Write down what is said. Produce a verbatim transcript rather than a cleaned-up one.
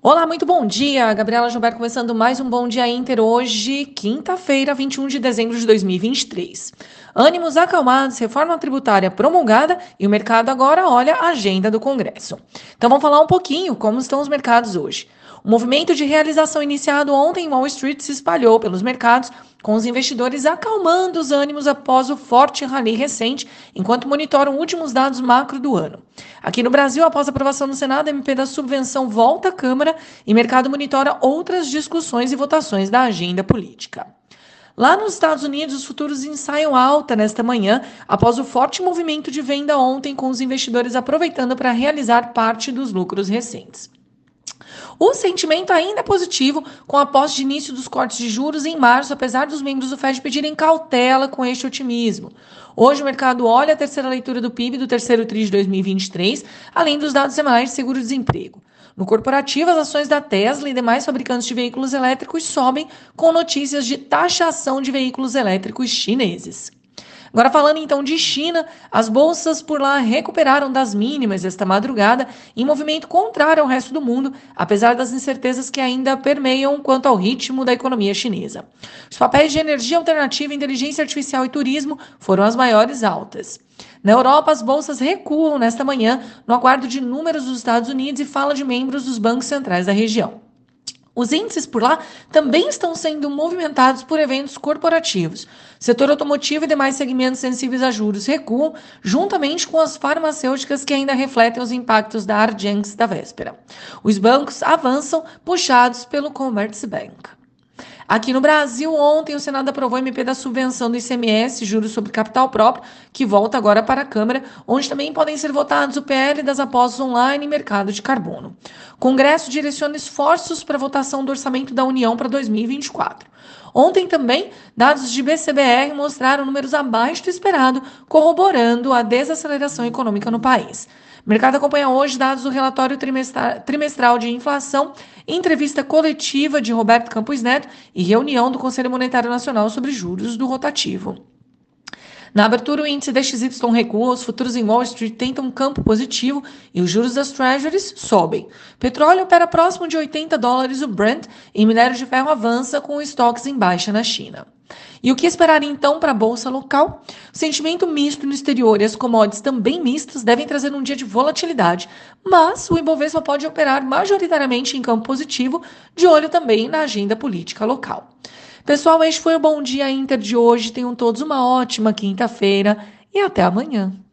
Olá, muito bom dia. Gabriela Gilberto começando mais um Bom Dia Inter hoje, quinta-feira, vinte e um de dezembro de dois mil e vinte e três. Ânimos acalmados, reforma tributária promulgada e o mercado agora olha a agenda do Congresso. Então vamos falar um pouquinho como estão os mercados hoje. O movimento de realização iniciado ontem em Wall Street se espalhou pelos mercados, com os investidores acalmando os ânimos após o forte rally recente, enquanto monitoram últimos dados macro do ano. Aqui no Brasil, após a aprovação no Senado, a M P da subvenção volta à Câmara e o mercado monitora outras discussões e votações da agenda política. Lá nos Estados Unidos, os futuros ensaiam alta nesta manhã, após o forte movimento de venda ontem, com os investidores aproveitando para realizar parte dos lucros recentes. O sentimento ainda é positivo com a posse de início dos cortes de juros em março, apesar dos membros do F E D pedirem cautela com este otimismo. Hoje o mercado olha a terceira leitura do P I B do terceiro trimestre de dois mil e vinte e três, além dos dados semanais de seguro-desemprego. No corporativo, as ações da Tesla e demais fabricantes de veículos elétricos sobem com notícias de taxação de veículos elétricos chineses. Agora falando então de China, as bolsas por lá recuperaram das mínimas esta madrugada em movimento contrário ao resto do mundo, apesar das incertezas que ainda permeiam quanto ao ritmo da economia chinesa. Os papéis de energia alternativa, inteligência artificial e turismo foram as maiores altas. Na Europa, as bolsas recuam nesta manhã no aguardo de números dos Estados Unidos e fala de membros dos bancos centrais da região. Os índices por lá também estão sendo movimentados por eventos corporativos. O setor automotivo e demais segmentos sensíveis a juros recuam, juntamente com as farmacêuticas que ainda refletem os impactos da Argenx da véspera. Os bancos avançam, puxados pelo Commerzbank. Aqui no Brasil, ontem o Senado aprovou a M P da subvenção do I C M S, juros sobre capital próprio, que volta agora para a Câmara, onde também podem ser votados o P L das apostas online e mercado de carbono. O Congresso direciona esforços para a votação do orçamento da União para dois mil e vinte e quatro. Ontem também, dados de B C B R mostraram números abaixo do esperado, corroborando a desaceleração econômica no país. O mercado acompanha hoje dados do relatório trimestral de inflação, entrevista coletiva de Roberto Campos Neto e reunião do Conselho Monetário Nacional sobre juros do rotativo. Na abertura, o índice D X Y recua, os futuros em Wall Street tentam um campo positivo e os juros das Treasuries sobem. Petróleo opera próximo de oitenta dólares o Brent e minério de ferro avança com estoques em baixa na China. E o que esperar então para a bolsa local? O sentimento misto no exterior e as commodities também mistas devem trazer um dia de volatilidade, mas o Ibovespa pode operar majoritariamente em campo positivo, de olho também na agenda política local. Pessoal, este foi o Bom Dia Inter de hoje. Tenham todos uma ótima quinta-feira e até amanhã.